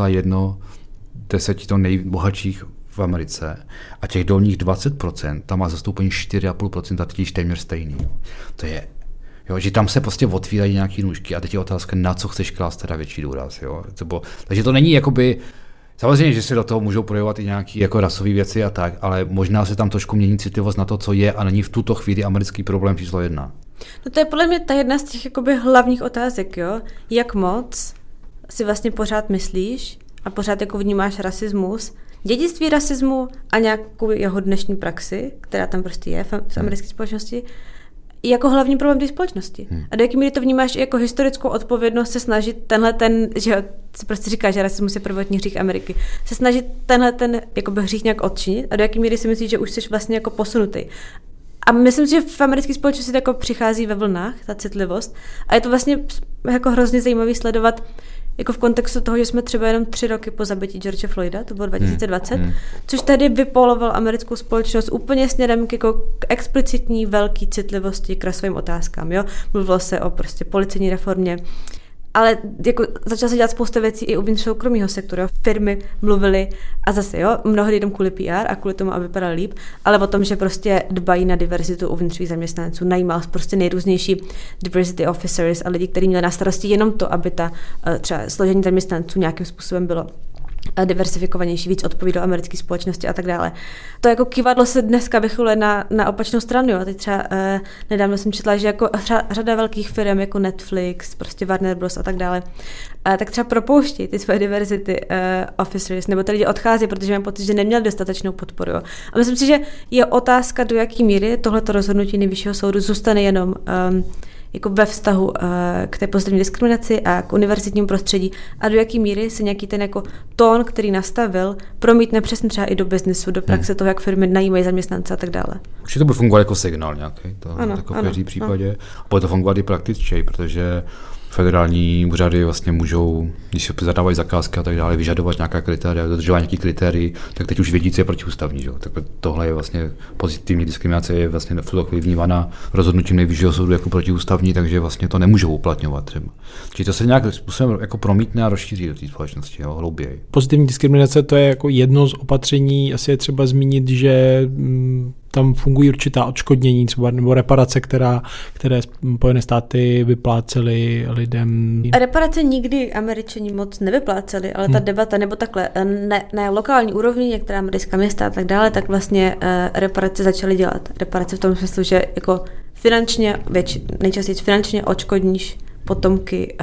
0,1 nejbohatších v Americe a těch dolních 20%, tam má zastoupení 4,5%, a teď téměř stejný. Jo. To je, jo, že tam se prostě otvírají nějaký nůžky a teď je otázka, na co chceš klást teda větší důraz. Jo. Takže to není jakoby, samozřejmě, že se do toho můžou projevovat i nějaké jako rasové věci a tak, ale možná se tam trošku mění citlivost na to, co je a není v tuto chvíli americký problém číslo 1. No to je podle mě ta jedna z těch jakoby hlavních otázek, jo? Jak moc si vlastně pořád myslíš a pořád jako vnímáš rasismus, dědictví rasismu a nějakou jeho dnešní praxi, která tam prostě je v americké společnosti, jako hlavní problém té společnosti. A do jaké míry to vnímáš jako historickou odpovědnost se snažit že se prostě říká, že rasismus je prvotní hřích Ameriky, se snažit ten jakoby hřích nějak odčinit a do jaké míry si myslíš, že už jsi vlastně jako posunutý. A myslím si, že v americké společnosti to jako přichází ve vlnách, ta citlivost. A je to vlastně jako hrozně zajímavý sledovat jako v kontextu toho, že jsme třeba jenom 3 roky po zabití George Floyda, to bylo 2020, což tehdy vypoloval americkou společnost úplně směrem k explicitní velký citlivosti k rasovým otázkám. Jo? Mluvilo se o prostě policejní reformě, ale jako začala se dělat spousta věcí i uvnitř soukromého sektoru. Firmy mluvily a zase mnohdy jenom kvůli PR a kvůli tomu, aby vypadal líp, ale o tom, že prostě dbají na diverzitu uvnitř svých zaměstnanců, najímal prostě nejrůznější diversity officers a lidi, kteří měli na starosti jenom to, aby ta třeba složení zaměstnanců nějakým způsobem bylo diversifikovanější, víc odpovídalo americké společnosti a tak dále. To jako kývadlo se dneska vychyluje na opačnou stranu. Jo. Teď třeba nedávno jsem četla, že jako řada velkých firm jako Netflix, prostě Warner Bros. A tak dále, tak třeba propouští ty svoje diversity officers, nebo ty lidi odchází, protože mám pocit, že neměli dostatečnou podporu. Jo. A myslím si, že je otázka, do jaký míry tohleto rozhodnutí Nejvyššího soudu zůstane jenom jako ve vztahu k té pozitivní diskriminaci a k univerzitnímu prostředí a do jaký míry se nějaký ten jako tón, který nastavil, promítne přesně třeba i do biznesu, do praxe toho, jak firmy najímají zaměstnance a tak dále. Určitě to bude fungovat jako signál nějaký, v každém případě. A bude to fungovat i praktičtěji, protože federální úřady vlastně můžou, když se zadávají zakázky a tak dále, vyžadovat nějaká kritéria, dodržování nějakých kritérií, tak teď už vědí, co je protiústavní. Tak tohle je vlastně pozitivní diskriminace, je vlastně v tuto chvíli vnímána rozhodnutím Nejvyššího soudu jako protiústavní, takže vlastně to nemůžou uplatňovat třeba. Čili to se nějak způsobem jako promítne a rozšíří do té společnosti, hlouběji. Pozitivní diskriminace, to je jako jedno z opatření, asi je třeba zmínit, že tam fungují určitá odškodnění třeba nebo reparace, které Spojené státy vyplácely lidem. Reparace nikdy Američani moc nevypláceli, ale ta debata nebo takhle na lokální úrovni, některá americká města a tak dále, tak vlastně reparace začaly dělat. Reparace v tom smyslu, že jako finančně, nejčastěji finančně odškodníš potomky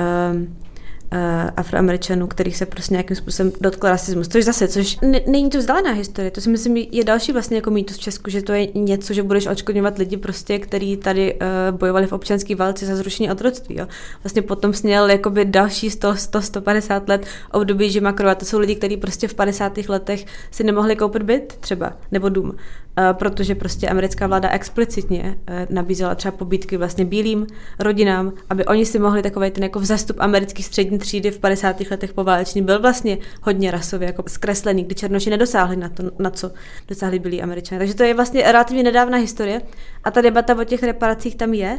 Afroameričanů, kterých se prostě nějakým způsobem dotkl rasismus. Což není to vzdálená historie. To si myslím je další vlastně jako mýtus v Česku, že to je něco, že budeš odškodňovat lidi prostě, kteří tady bojovali v občanské válce za zrušení otroctví. Jo. Vlastně potom sněl jakoby další 100-150 let období Jima Crowa. To jsou lidi, kteří prostě v 50. letech si nemohli koupit byt třeba, nebo dům. Protože prostě americká vláda explicitně nabízela třeba pobídky vlastně bílým rodinám, aby oni si mohli takovej ten jako vzestup amerických střední třídy v 50. letech pováleční byl vlastně hodně rasově jako zkreslený, kdy černoši nedosáhli na co dosáhli bílí Američané. Takže to je vlastně relativně nedávná historie a ta debata o těch reparacích tam je.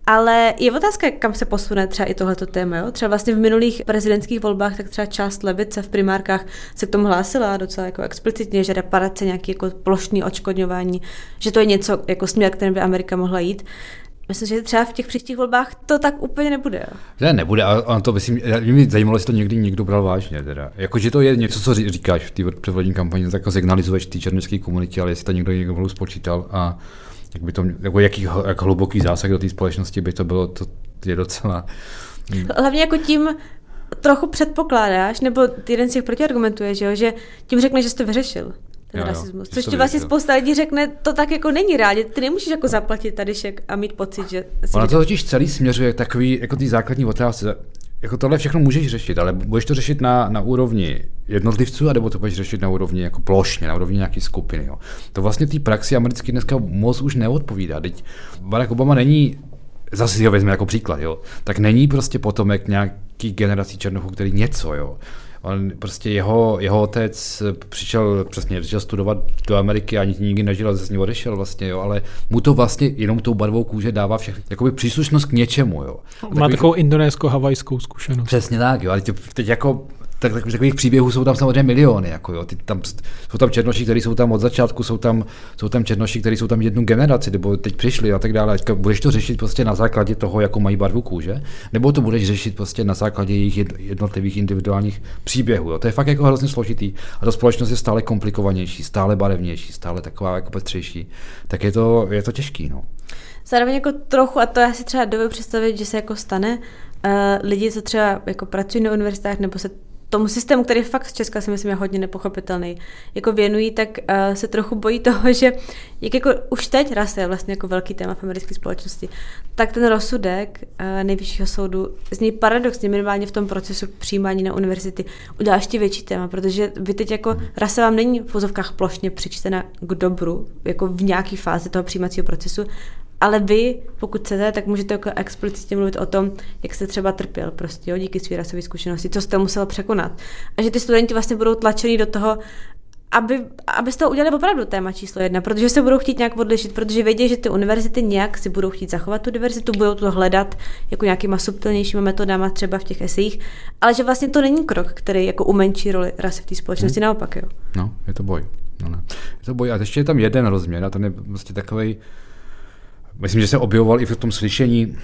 Ale je otázka, kam se posune třeba i tohleto téma. Jo? Třeba vlastně v minulých prezidentských volbách tak třeba část levice v primárkách se k tomu hlásila docela jako explicitně, že reparace, nějaké jako plošné odškodňování, že to je něco jako směr, kterým by Amerika mohla jít. Myslím, že třeba v těch příštích volbách to tak úplně nebude. Jo? Ne, nebude, ale to myslím, mě zajímalo, jestli to někdy někdo bral vážně. Teda. Jakože to je něco, co říkáš v té předvolební kampani, tak signalizuješ té černošské komunitě, ale jestli to někdo spočítal a jak by to, jako jak hluboký zásah do té společnosti by to bylo, to je docela... Hlavně jako tím trochu předpokládáš, nebo jeden z těch protiargumentuje, že tím řekne, že jsi to vyřešil. Rasismus. Což ti vlastně spousta lidí řekne, to tak jako není rádi, ty nemůžeš jako zaplatit tady šek a mít pocit, že... Ono to totiž celý směřuje takový, jako ty základní otázky. Jako tohle všechno můžeš řešit, ale budeš to řešit na úrovni jednotlivců, anebo to budeš řešit na úrovni jako plošně, na úrovni nějaké skupiny. Jo. To vlastně té praxi americký dneska moc už neodpovídá. Teď Barack Obama není, zase si ho vezme jako příklad, jo, tak není prostě potomek nějaký generací černochů, který něco, jo. On prostě jeho otec přišel studovat do Ameriky, ani nikdy nežil a z ní odešel vlastně, jo, ale mu to vlastně jenom tou barvou kůže dává všechny, jakoby příslušnost k něčemu, jo. Má takovou indonésko-havajskou zkušenost. Přesně tak, jo, ale teď jako takových příběhů jsou tam samozřejmě miliony, jako jo. Jsou tam černoši, kteří jsou tam od začátku, jsou tam černoši, kteří jsou tam jednu generaci, nebo teď přišli a tak dále. Teďka budeš to řešit prostě na základě toho, jakou mají barvu kůže, nebo to budeš řešit prostě na základě jejich jednotlivých individuálních příběhů, jo. To je fakt jako hrozně složitý a ta společnost je stále komplikovanější, stále barevnější, stále taková jako pestřejší. Tak je to těžký, no. Zároveň jako trochu, a to já si třeba dovedu představit, že se jako stane, lidi, co třeba jako pracují na univerzitách nebo se tomu systému, který fakt z Česka si myslím je hodně nepochopitelný, jako věnují, tak se trochu bojí toho, že jak jako už teď rasa je vlastně jako velký téma v americké společnosti, tak ten rozsudek nejvyššího soudu z něj paradoxně minimálně v tom procesu přijímání na univerzity udělá ještě větší téma, protože vy teď jako rasa vám není v vozovkách plošně přičtena k dobru, jako v nějaké fázi toho přijímacího procesu, ale vy, pokud chcete, tak můžete jako explicitně mluvit o tom, jak jste třeba trpěl prostě, jo, díky své rasové zkušenosti, co jste musel překonat. A že ty studenti vlastně budou tlačení do toho, aby z toho udělali opravdu téma číslo 1, protože se budou chtít nějak odlišit, protože vědí, že ty univerzity nějak si budou chtít zachovat tu diverzitu, budou to hledat jako nějakýma subtilnějšíma metodama třeba v těch esejích, ale že vlastně to není krok, který jako umenší roli rasy v té společnosti, naopak, jo. No, je to boj. No. Je to boj. A ještě je tam jeden rozměr, a ten je vlastně takovej. Myslím, že se objevoval i v tom slyšení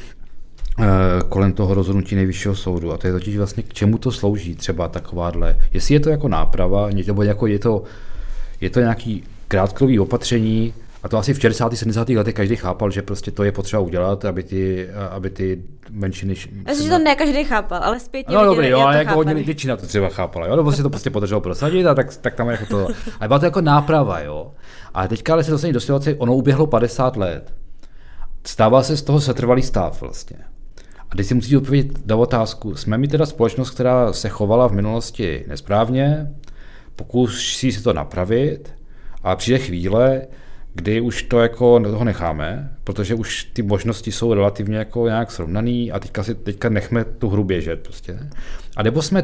kolem toho rozhodnutí nejvyššího soudu. A to je totiž vlastně, k čemu to slouží třeba takováhle. Jestli je to jako náprava, nebo jako je to nějaký krátkodobý opatření, a to asi v 60. 70. letech každý chápal, že prostě to je potřeba udělat, aby ty menšiny... Myslím, že to ne každý chápal, ale zpětně no dobrý, jo, ale jako hodně většina to třeba chápala, jo, nebo si to prostě podařilo prosadit a tak tam jako to... Ale byla to jako náprava, jo. A teďka ale se dostane do situace, ono uběhlo 50 let. Stává se z toho setrvalý stav vlastně. A teď si musíte odpovědět na otázku, jsme my teda společnost, která se chovala v minulosti nesprávně, pokusí se to napravit, a přijde chvíle, kdy už to jako toho necháme, protože už ty možnosti jsou relativně jako nějak srovnaný a teďka nechme tu hru běžet prostě. A nebo jsme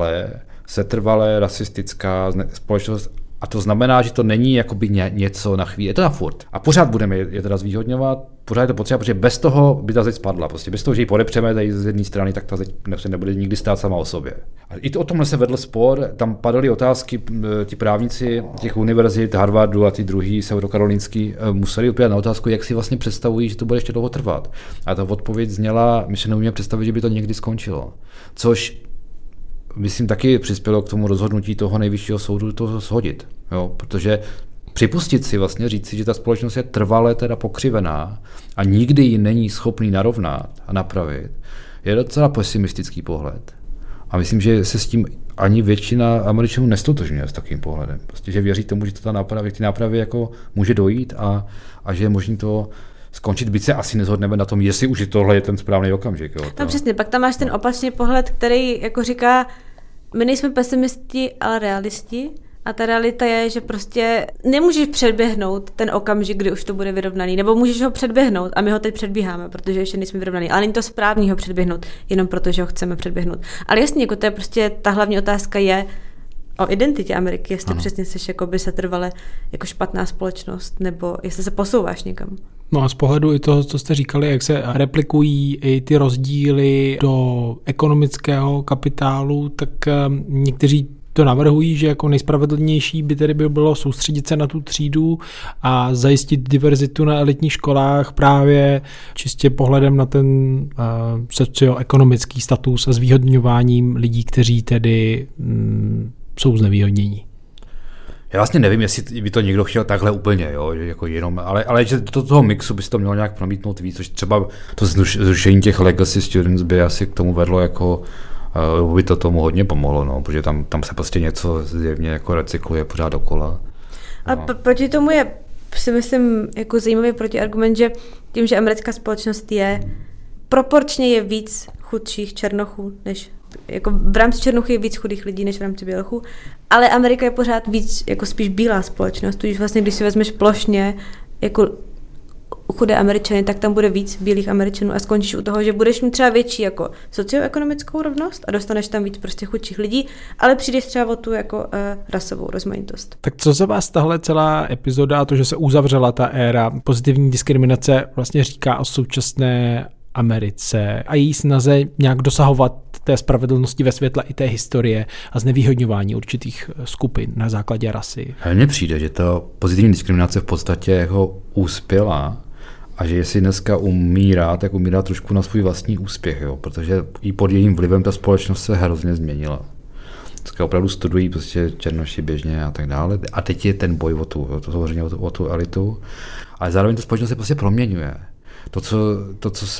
setrvalé rasistická společnost, a to znamená, že to není jakoby něco na chvíli, je to na furt. A pořád budeme je teda zvýhodňovat, pořád je to potřeba, protože bez toho by ta zeď spadla. Prostě bez toho, že ji podepřeme tady z jedné strany, tak ta zeď nebude nikdy stát sama o sobě. A i o tomhle se vedl spor, tam padaly otázky, ti právníci těch univerzit, Harvardu a ty druhý, severokarolínský, museli odpovědět na otázku, jak si vlastně představují, že to bude ještě dlouho trvat. A ta odpověď zněla, my si neumíme představit, že by to někdy skončilo. Což myslím taky přispělo k tomu rozhodnutí toho nejvyššího soudu to shodit, jo? Protože připustit si vlastně říct si, že ta společnost je trvale teda pokřivená a nikdy ji není schopný narovnat a napravit, je docela pesimistický pohled. A myslím, že se s tím ani většina Američanů nestotožňuje s takovým pohledem. Prostě, že věří tomu, že to ty nápravy jako může dojít a že je možné to skončit, byť se asi nezhodneme na tom, jestli už tohle je ten správný okamžik. Jo, no přesně, pak tam máš ten opačný pohled, který jako říká, my nejsme pesimisti, ale realisti. A ta realita je, že prostě nemůžeš předběhnout ten okamžik, kdy už to bude vyrovnaný, nebo můžeš ho předběhnout a my ho teď předbíháme, protože ještě nejsme vyrovnaný. Ale není to správný ho předběhnout, jenom protože ho chceme předběhnout. Ale jasně, jako to je prostě ta hlavní otázka je o identitě Ameriky, jestli přesně jsi jakoby setrvale jako špatná společnost, nebo jestli se posouváš někam. No a z pohledu i toho, co jste říkali, jak se replikují i ty rozdíly do ekonomického kapitálu, tak někteří to navrhují, že jako nejspravedlnější by tedy bylo soustředit se na tu třídu a zajistit diverzitu na elitních školách právě čistě pohledem na ten socioekonomický status a zvýhodňováním lidí, kteří tedy jsou znevýhodnění. Já vlastně nevím, jestli by to někdo chtěl takhle úplně, jo, jako jenom, ale že do toho mixu by se to mělo nějak promítnout víc, což třeba to zrušení těch legacy students by asi k tomu vedlo jako by to tomu hodně pomohlo, no, protože tam se prostě něco zjevně jako recykluje pořád dokola. A proti tomu je, si myslím, jako zajímavý protiargument, že tím, že americká společnost proporčně je víc chudších černochů, než jako v rámci černochů je víc chudých lidí, než v rámci bělochů, ale Amerika je pořád víc, jako spíš bílá společnost, tudíž vlastně, když si vezmeš plošně, jako chudé Američany, tak tam bude víc bílých Američanů a skončíš u toho, že budeš mít třeba větší jako socioekonomickou rovnost a dostaneš tam víc prostě chudších lidí, ale přijdeš třeba o tu jako rasovou rozmanitost. Tak co za vás tahle celá epizoda a to, že se uzavřela ta éra pozitivní diskriminace, vlastně říká o současné Americe a její snaze nějak dosahovat té spravedlnosti ve světle i té historie a znevýhodňování určitých skupin na základě rasy? Mně přijde, že ta pozitivní diskriminace v podstatě jako uspěla a že jestli dneska umírá, tak umírá trošku na svůj vlastní úspěch, jo, protože i pod jejím vlivem ta společnost se hrozně změnila. Dneska opravdu studují prostě černoši běžně a tak dále a teď je ten boj o tu elitu, ale zároveň ta společnost se prostě proměňuje. To, co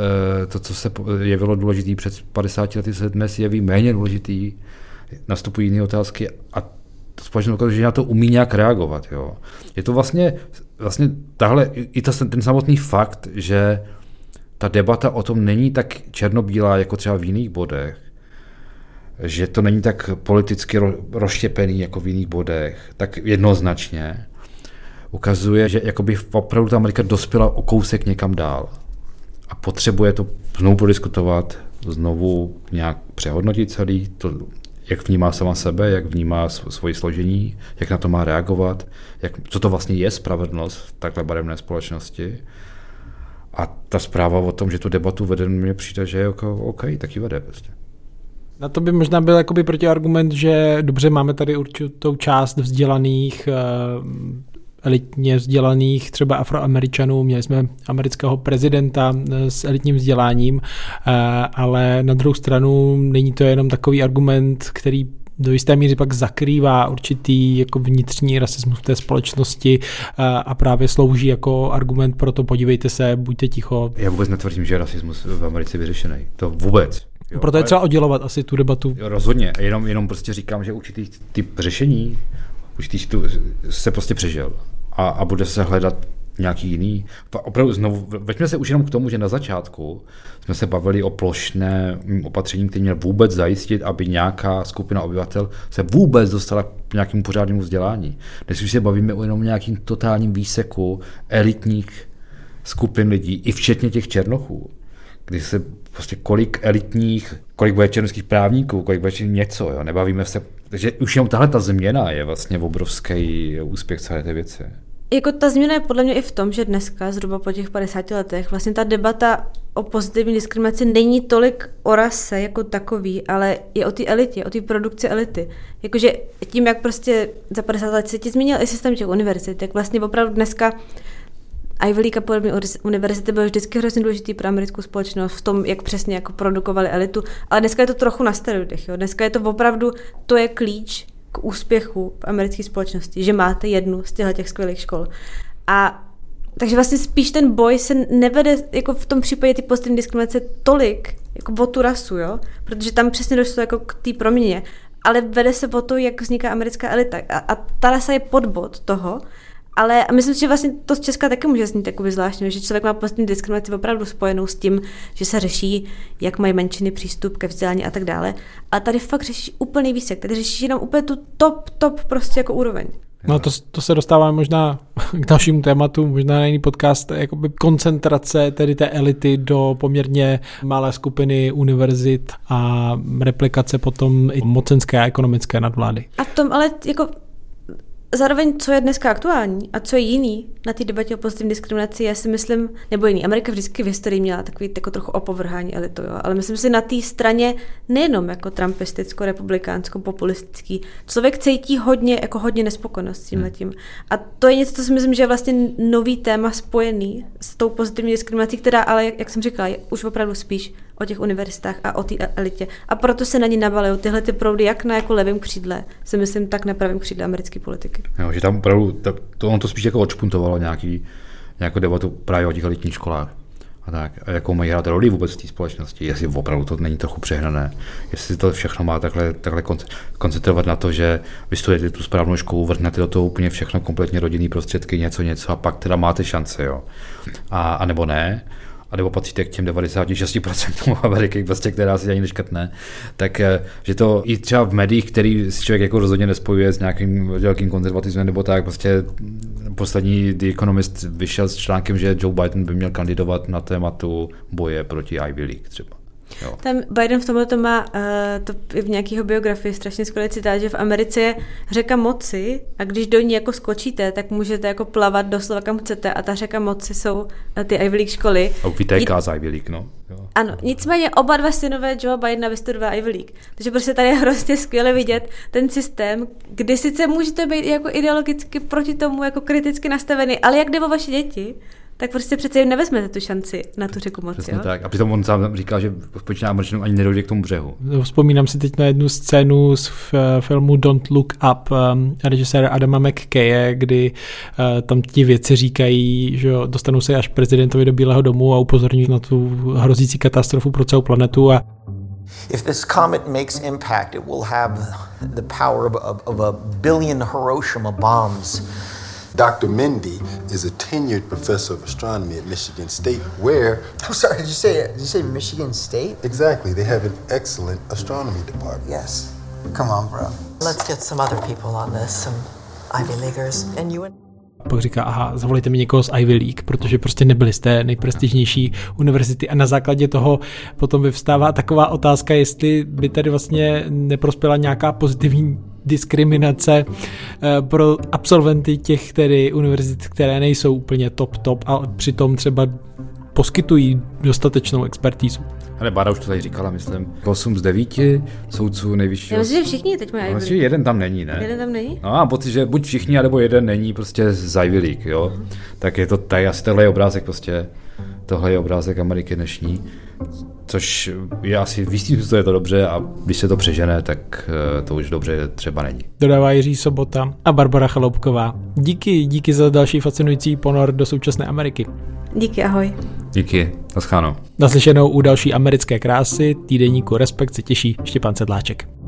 se jevilo důležitý před 50 lety, se dnes jeví méně důležitý, nastupují jiné otázky a to společnost ukazuje, že na to umí nějak reagovat. Jo. Je to vlastně tahle, i ten samotný fakt, že ta debata o tom není tak černobílá, jako třeba v jiných bodech, že to není tak politicky rozštěpený, jako v jiných bodech, tak jednoznačně ukazuje, že jakoby opravdu ta Amerika dospěla o kousek někam dál a potřebuje to znovu prodiskutovat, znovu nějak přehodnotit celý, to, jak vnímá sama sebe, jak vnímá svoje složení, jak na to má reagovat, co to vlastně je spravedlnost v takhle barevné společnosti. A ta zpráva o tom, že tu debatu vede, mně přijde, že je jako OK, tak ji vede prostě. Na to by možná byl jakoby protiargument, že dobře, máme tady určitou část vzdělaných elitně vzdělaných třeba Afroameričanů, měli jsme amerického prezidenta s elitním vzděláním, ale na druhou stranu není to jenom takový argument, který do jisté míry pak zakrývá určitý jako vnitřní rasismus v té společnosti a právě slouží jako argument pro to, podívejte se, buďte ticho. Já vůbec netvrdím, že je rasismus v Americe vyřešený. To vůbec. Jo, proto je třeba oddělovat asi tu debatu. Rozhodně. Jenom prostě říkám, že určitý typ řešení se prostě přežil a bude se hledat nějaký jiný. Opravdu znovu, veďme se už jenom k tomu, že na začátku jsme se bavili o plošné opatření, které měl vůbec zajistit, aby nějaká skupina obyvatel se vůbec dostala k nějakému pořádnému vzdělání. Dnes už se bavíme o jenom nějakým totálním výseku elitních skupin lidí, i včetně těch černochů, kdy se prostě kolik bude černošských právníků, kolik bude něco, jo, nebavíme se. Takže už jenom tahle ta změna je vlastně obrovský úspěch celé té věci. Jako ta změna je podle mě i v tom, že dneska, zhruba po těch 50 letech, vlastně ta debata o pozitivní diskriminaci není tolik o rase jako takový, ale je o té elitě, o té produkci elity. Jakože tím, jak prostě za 50 let se ti změnil i systém těch univerzit, tak vlastně opravdu dneska Ivy League a podobné univerzity byly vždycky hrozně důležitý pro americkou společnost v tom, jak přesně jako produkovali elitu, ale dneska je to trochu na steroidech. Jo? Dneska je to opravdu, to je klíč k úspěchu v americké společnosti, že máte jednu z těch skvělých škol. A takže vlastně spíš ten boj se nevede jako v tom případě ty pozitivní diskriminace tolik jako o tu rasu, jo? Protože tam přesně došlo jako k té proměně, ale vede se o to, jak vzniká americká elita. A ta rasa je podbod toho, ale myslím si, že vlastně to z Česka taky může znít takový zvláštně, že člověk má pozitivní diskriminaci opravdu spojenou s tím, že se řeší, jak mají menšiny přístup ke vzdělání a tak dále. A tady fakt řešíš úplný výsek, tady řešíš jenom úplně tu top prostě jako úroveň. No to se dostává možná k dalšímu tématu, možná na jiný podcast, jakoby koncentrace tedy té elity do poměrně malé skupiny univerzit a replikace potom i mocenské a ekonomické nadvlády. A v tom ale jako zároveň, co je dneska aktuální a co je jiný na té debatě o pozitivní diskriminaci, já si myslím, nebo jiný. Amerika vždycky v historii měla takový jako trochu opovrhání elitu, jo? Ale myslím si na té straně nejenom jako trumpisticko, republikánsko, populistický. Člověk cítí hodně nespokojenost s tímhletím. A to je něco, co si myslím, že je vlastně nový téma spojený s tou pozitivní diskriminací, která ale, jak jsem říkala, je už opravdu spíš o těch univerzitách a o té elitě. A proto se na ní nabalují tyhle ty proudy, jak na jako levém křídle, si myslím, tak na pravém křídle americké politiky. Jo, že tam opravdu, on to spíš jako odšpuntovalo nějakou debatu právě o těch elitních školách. A tak, a jakou mají hrát roli vůbec v té společnosti, jestli opravdu to není trochu přehnané, jestli to všechno má takhle koncentrovat na to, že vystudujete tu správnou školu, vrhnete do toho úplně všechno, kompletně rodinný prostředky, něco a pak teda máte šance, jo. A nebo ne, a nebo patříte k těm 96% Ameriky, vlastně, která si ani neškrtne, tak že to i třeba v médiích, který si člověk jako rozhodně nespojuje s nějakým velkým konzervatismem nebo tak, prostě poslední The Economist vyšel s článkem, že Joe Biden by měl kandidovat na tématu boje proti Ivy League třeba. Jo. Tam Biden v tomhle to má to v nějakého biografii strašně skvělý citát, že v Americe je řeka moci a když do ní jako skočíte, tak můžete jako plavat doslova kam chcete a ta řeka moci jsou ty Ivy League školy. A vytéká z Ivy League, no. Jo. Ano, nicméně oba dva synové Joe Bidena vystudovali Ivy League. Takže prostě tady je hrozně skvěle vidět ten systém, kdy sice můžete být jako ideologicky proti tomu jako kriticky nastavený, ale jak jde o vaše děti, tak prostě přece jim nevezmete tu šanci na tu řeku moci. Přesně tak. A přitom on sám říká, že počíná Američanům ani nedojde k tomu břehu. Vzpomínám si teď na jednu scénu z filmu Don't Look Up režiséra Adama McKaye, kdy tam ti vědci říkají, že dostanou se až prezidentovi do Bílého domu a upozorňují na tu hrozící katastrofu pro celou planetu. A if this comet makes impact, it will have the power of a billion Hiroshima bombs. Dr. Mendy is a tenured professor of astronomy at Michigan State, where... I'm sorry, did you say Michigan State? Exactly, they have an excellent astronomy department. Yes. Come on, bro. Let's get some other people on this, some Ivy Leaguers. And you... Pak říká, aha, zavolejte mi někoho z Ivy League, protože prostě nebyli z té nejprestižnější univerzity a na základě toho potom vyvstává taková otázka, jestli by tady vlastně neprospěla nějaká pozitivní diskriminace pro absolventy těch tedy univerzit, které nejsou úplně top, ale přitom třeba poskytují dostatečnou expertízu. Ale Bára už to tady říkala, myslím, 8 z 9 soudců nejvyššího. Já myslím, že všichni teď mají Ivy League. Jeden tam není, ne? Jeden tam není? No, mám pocit, že buď všichni, nebo jeden není prostě z Ivy League, jo. Tak je to tady asi tohle je obrázek prostě, tohle je obrázek Ameriky dnešní, což je asi v jistým smyslu je to dobře a když se to přežene, tak to už dobře třeba není. Dodává Jiří Sobota a Barbara Chaloupková. Díky za další fascinující ponor do současné Ameriky. Díky, ahoj. Díky, naschledanou. Naslyšenou u další americké krásy týdeníku Respekt se těší Štěpán Sedláček.